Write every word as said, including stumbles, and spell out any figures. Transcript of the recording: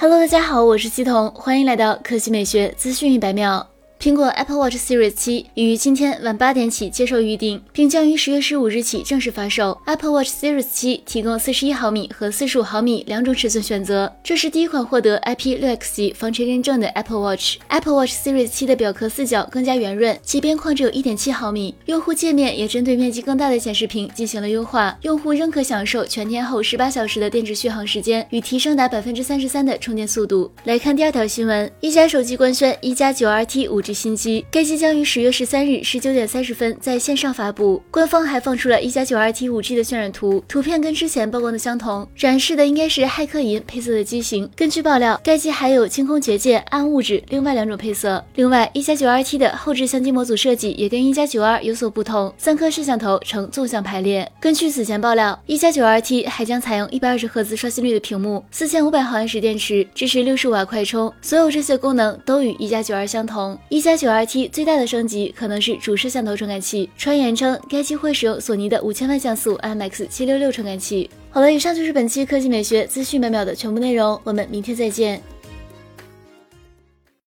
Hello， 大家好，我是西彤，欢迎来到科技美学资讯一百秒。苹果 Apple Watch Series 七已于今天晚八点起接受预定，并将于十月十五日起正式发售。Apple Watch Series 七提供四十一毫米和四十五毫米两种尺寸选择，这是第一款获得 I P 六 X 级防尘认证的 Apple Watch。Apple Watch Series 七的表壳四角更加圆润，其边框只有 一点七毫米。用户界面也针对面积更大的显示屏进行了优化，用户仍可享受全天候十八小时的电池续航时间与提升达百分之三十三的充电速度。来看第二条新闻，一加手机官宣一加九 R T 五 G 新机，该机将于十月十三日十九点三十分在线上发布。官方还放出了一加九 R T 五 G 的渲染图，图片跟之前曝光的相同，展示的应该是骇客银配色的机型。根据爆料，该机还有清空结界、暗物质另外两种配色。另外，一加九 R T 的后置相机模组设计也跟一加九 R 有所不同，三颗摄像头呈纵向排列。根据此前爆料，一加九 R T 还将采用一百二十赫兹刷新率的屏幕，四千五百毫安时电池，支持六十瓦快充。所有这些功能都与一加九 R 相同。一加九 R T 最大的升级可能是主摄像头传感器，传言称该机会使用索尼的五千万像素 I M X 七六六传感器。好了，以上就是本期科技美学资讯百秒的全部内容，我们明天再见。